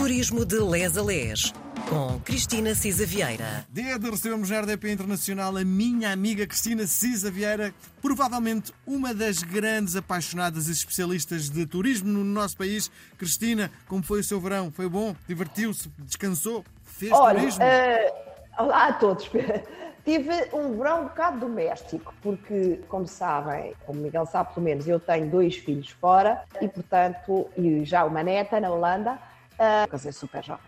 Turismo de Les a Les, com Cristina Cisa Vieira. Dia de recebermos na RDP Internacional a minha amiga Cristina Cisa Vieira, provavelmente uma das grandes apaixonadas e especialistas de turismo no nosso país. Cristina, como foi o seu verão? Foi bom? Divertiu-se? Descansou? Fez turismo? Olá a todos. Tive um verão um bocado doméstico, porque, como sabem, como o Miguel sabe pelo menos, eu tenho 2 filhos fora e, portanto, e já uma neta na Holanda, casei super jovem.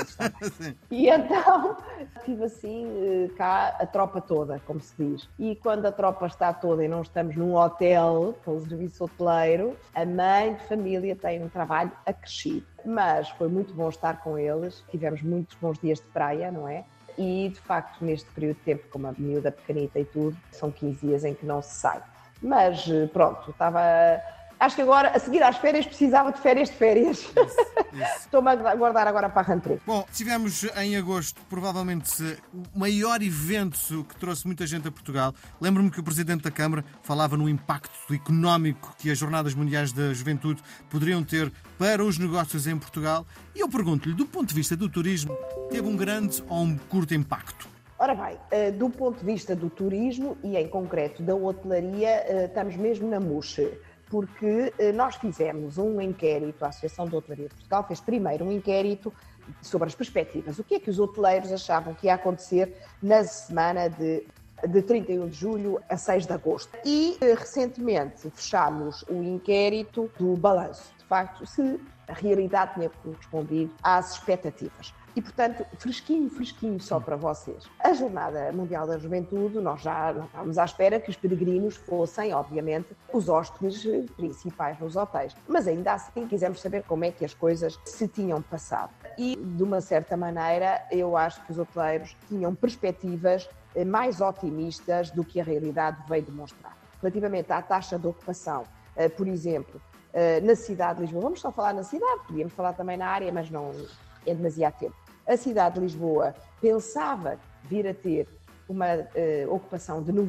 E então tive assim cá a tropa toda, como se diz. E quando a tropa está toda e não estamos num hotel com o serviço hoteleiro, a mãe de família tem um trabalho acrescido. Mas foi muito bom estar com eles, tivemos muitos bons dias de praia, não é? E, de facto, neste período de tempo, como a miúda pequenita e tudo, são 15 dias em que não se sai. Mas, pronto, estava... Acho que agora, a seguir às férias, precisava de férias. Isso. Estou-me a guardar agora para a rentrée. Bom, tivemos em agosto, provavelmente, o maior evento que trouxe muita gente a Portugal. Lembro-me que o Presidente da Câmara falava no impacto económico que as Jornadas Mundiais da Juventude poderiam ter para os negócios em Portugal. E eu pergunto-lhe, do ponto de vista do turismo, teve um grande ou um curto impacto? Ora bem, do ponto de vista do turismo e, em concreto, da hotelaria, estamos mesmo na mousse. Porque nós fizemos um inquérito, a Associação de Hotelaria de Portugal fez primeiro um inquérito sobre as perspectivas. O que é que os hoteleiros achavam que ia acontecer na semana de 31 de julho a 6 de agosto. E recentemente fechámos o inquérito do balanço. De facto, se a realidade tinha correspondido às expectativas. E, portanto, fresquinho só para vocês. A Jornada Mundial da Juventude, nós já não estávamos à espera que os peregrinos fossem, obviamente, os hóspedes principais nos hotéis. Mas ainda assim quisemos saber como é que as coisas se tinham passado. E, de uma certa maneira, eu acho que os hoteleiros tinham perspectivas mais otimistas do que a realidade veio demonstrar. Relativamente à taxa de ocupação, por exemplo, na cidade de Lisboa, vamos só falar na cidade, podíamos falar também na área, mas não é demasiado tempo. A cidade de Lisboa pensava vir a ter uma ocupação de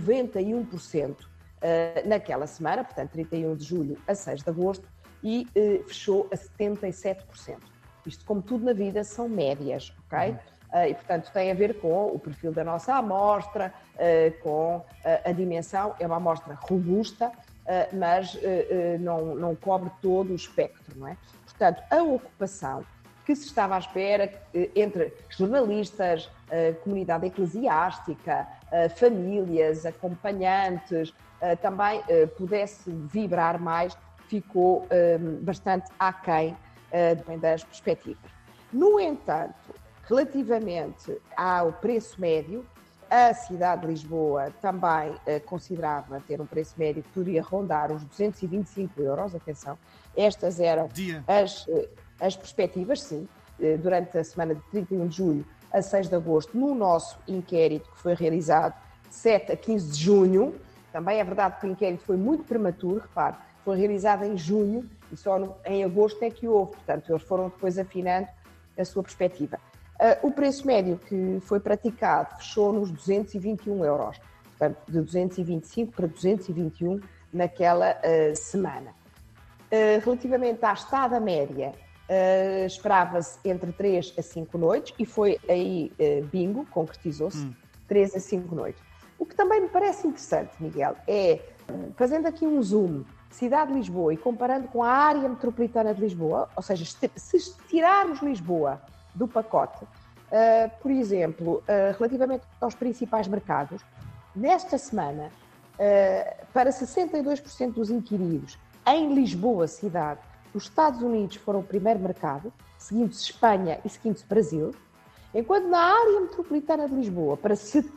91% naquela semana, portanto 31 de julho a 6 de agosto, e fechou a 77%. Isto, como tudo na vida, são médias, ok? E, portanto, tem a ver com o perfil da nossa amostra, com a dimensão. É uma amostra robusta, mas não cobre todo o espectro, não é? Portanto, a ocupação que se estava à espera entre jornalistas, comunidade eclesiástica, famílias, acompanhantes, também pudesse vibrar mais, ficou bastante aquém das perspectivas. No entanto, relativamente ao preço médio, a cidade de Lisboa também considerava ter um preço médio que poderia rondar os 225 euros, atenção, estas eram as perspectivas, sim, durante a semana de 31 de julho a 6 de agosto, no nosso inquérito que foi realizado de 7 a 15 de junho. Também é verdade que o inquérito foi muito prematuro, repare, foi realizado em junho e só em agosto é que houve, portanto, eles foram depois afinando a sua perspectiva. O preço médio que foi praticado fechou nos 221 euros, portanto, de 225 para 221 naquela semana. Relativamente à estada média, esperava-se entre 3 a 5 noites e foi aí bingo, concretizou-se, 3 a 5 noites. O que também me parece interessante, Miguel, é, fazendo aqui um zoom, cidade de Lisboa e comparando com a área metropolitana de Lisboa, ou seja, se tirarmos Lisboa do pacote, por exemplo, relativamente aos principais mercados, nesta semana, para 62% dos inquiridos em Lisboa, cidade, os Estados Unidos foram o primeiro mercado, seguindo-se Espanha e seguindo-se Brasil, enquanto na área metropolitana de Lisboa, para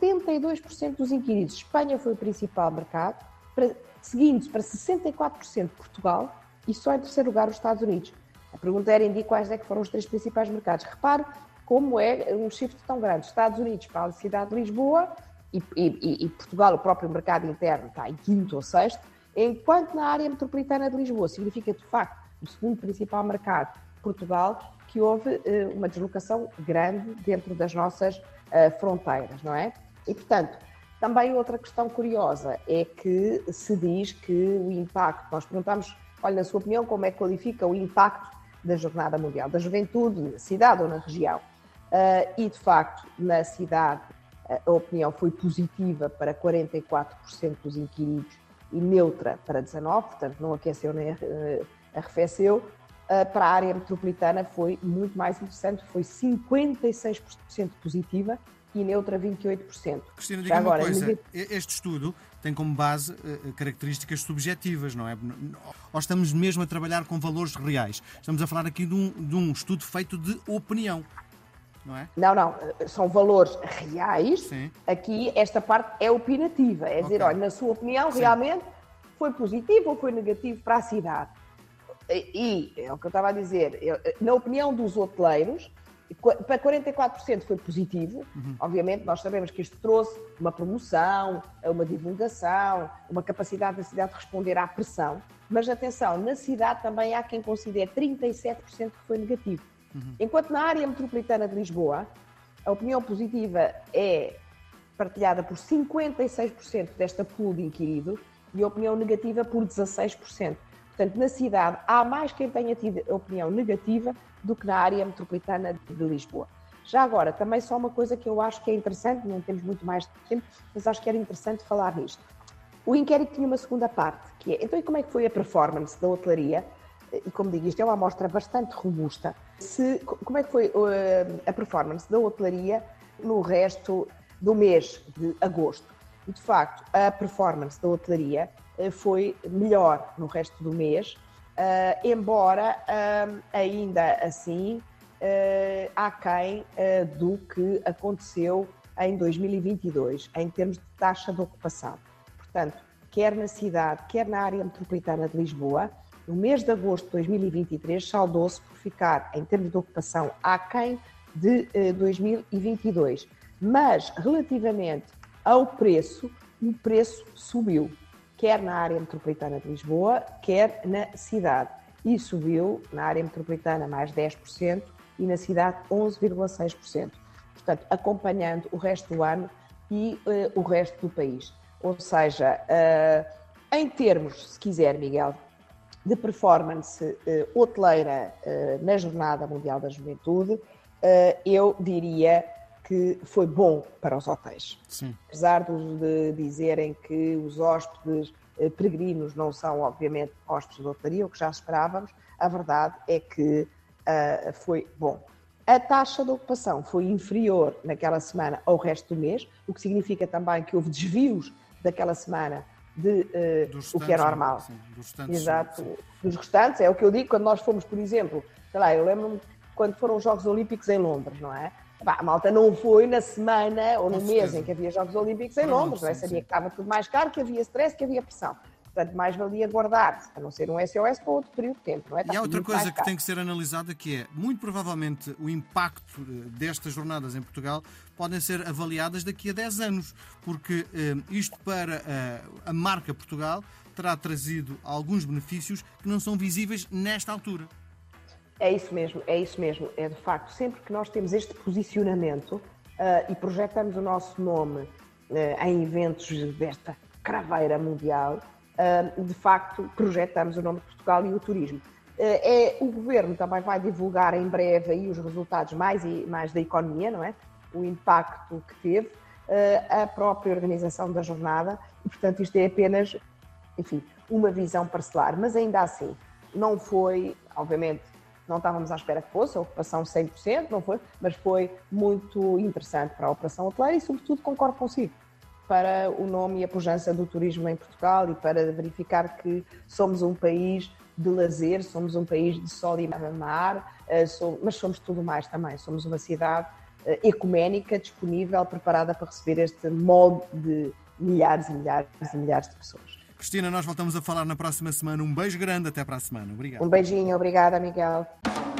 72% dos inquiridos, Espanha foi o principal mercado, seguindo-se para 64% Portugal e só em terceiro lugar os Estados Unidos. A pergunta era em quais é que foram os 3 principais mercados. Repare como é um shift tão grande. Estados Unidos para a cidade de Lisboa e Portugal, o próprio mercado interno, está em 5º ou 6º, enquanto na área metropolitana de Lisboa significa, de facto, o segundo principal mercado, Portugal, que houve uma deslocação grande dentro das nossas fronteiras, não é? E, portanto, também outra questão curiosa é que se diz que o impacto, nós perguntamos, olha, na sua opinião, como é que qualifica o impacto da Jornada Mundial da Juventude, na cidade ou na região. E, de facto, na cidade, a opinião foi positiva para 44% dos inquiridos e neutra para 19%, portanto, não aqueceu nem arrefeceu. Para a área metropolitana foi muito mais interessante, foi 56% positiva e neutra 28%. Cristina, diga-me uma coisa, este estudo tem como base características subjetivas, não é? Ou estamos mesmo a trabalhar com valores reais? Estamos a falar aqui de um estudo feito de opinião, não é? Não, são valores reais. Sim. Aqui esta parte é opinativa, é dizer, olha, na sua opinião, sim, realmente foi positivo ou foi negativo para a cidade? E é o que eu estava a dizer, na opinião dos hoteleiros, para 44% foi positivo. Obviamente nós sabemos que isto trouxe uma promoção, uma divulgação, uma capacidade da cidade de responder à pressão, mas atenção, na cidade também há quem considere 37% que foi negativo. Enquanto na área metropolitana de Lisboa, a opinião positiva é partilhada por 56% desta pool de inquiridos e a opinião negativa por 16%. Portanto, na cidade há mais quem tenha tido a opinião negativa do que na área metropolitana de Lisboa. Já agora, também só uma coisa que eu acho que é interessante, não temos muito mais tempo, mas acho que era interessante falar nisto. O inquérito tinha uma segunda parte, que é, então, e como é que foi a performance da hotelaria? E como digo, isto é uma amostra bastante robusta. Como é que foi a performance da hotelaria no resto do mês de agosto? E, de facto, a performance da hotelaria foi melhor no resto do mês, embora ainda assim aquém do que aconteceu em 2022, em termos de taxa de ocupação. Portanto, quer na cidade, quer na área metropolitana de Lisboa, no mês de agosto de 2023 saldou-se por ficar, em termos de ocupação, aquém de 2022. Mas, relativamente ao preço, o preço subiu, quer na área metropolitana de Lisboa, quer na cidade. E subiu na área metropolitana mais 10% e na cidade 11,6%. Portanto, acompanhando o resto do ano e o resto do país. Ou seja, em termos, se quiser, Miguel, de performance hoteleira na Jornada Mundial da Juventude, eu diria que foi bom para os hotéis. Sim. Apesar de dizerem que os hóspedes peregrinos não são, obviamente, hóspedes de hotelaria, o que já esperávamos, a verdade é que foi bom. A taxa de ocupação foi inferior naquela semana ao resto do mês, o que significa também que houve desvios daquela semana o que é normal. Sim, dos restantes. Exato, dos restantes. É o que eu digo quando nós fomos, por exemplo, sei lá, eu lembro-me quando foram os Jogos Olímpicos em Londres, não é? A malta não foi na semana ou no mês em que havia Jogos Olímpicos em Londres, não é? Sabia que estava tudo mais caro, que havia stress, que havia pressão. Portanto, mais valia guardar, a não ser um SOS para outro período de tempo, não é? E há outra coisa que tem que ser analisada, que é, muito provavelmente, o impacto destas jornadas em Portugal podem ser avaliadas daqui a 10 anos, porque isto para a marca Portugal terá trazido alguns benefícios que não são visíveis nesta altura. É isso mesmo, é isso mesmo. É de facto, sempre que nós temos este posicionamento e projetamos o nosso nome em eventos desta craveira mundial, de facto projetamos o nome de Portugal e o turismo. O Governo também vai divulgar em breve aí os resultados mais da economia, não é? O impacto que teve, a própria organização da jornada e, portanto, isto é apenas, enfim, uma visão parcelar. Mas ainda assim, não foi, obviamente, não estávamos à espera que fosse, a ocupação 100%, não foi, mas foi muito interessante para a operação hoteleira e, sobretudo, concordo consigo, para o nome e a pujança do turismo em Portugal e para verificar que somos um país de lazer, somos um país de sol e mar, mas somos tudo mais também. Somos uma cidade ecuménica, disponível, preparada para receber este molde de milhares e milhares e milhares de pessoas. Cristina, nós voltamos a falar na próxima semana. Um beijo grande, até para a semana. Obrigado. Um beijinho, obrigada, Miguel.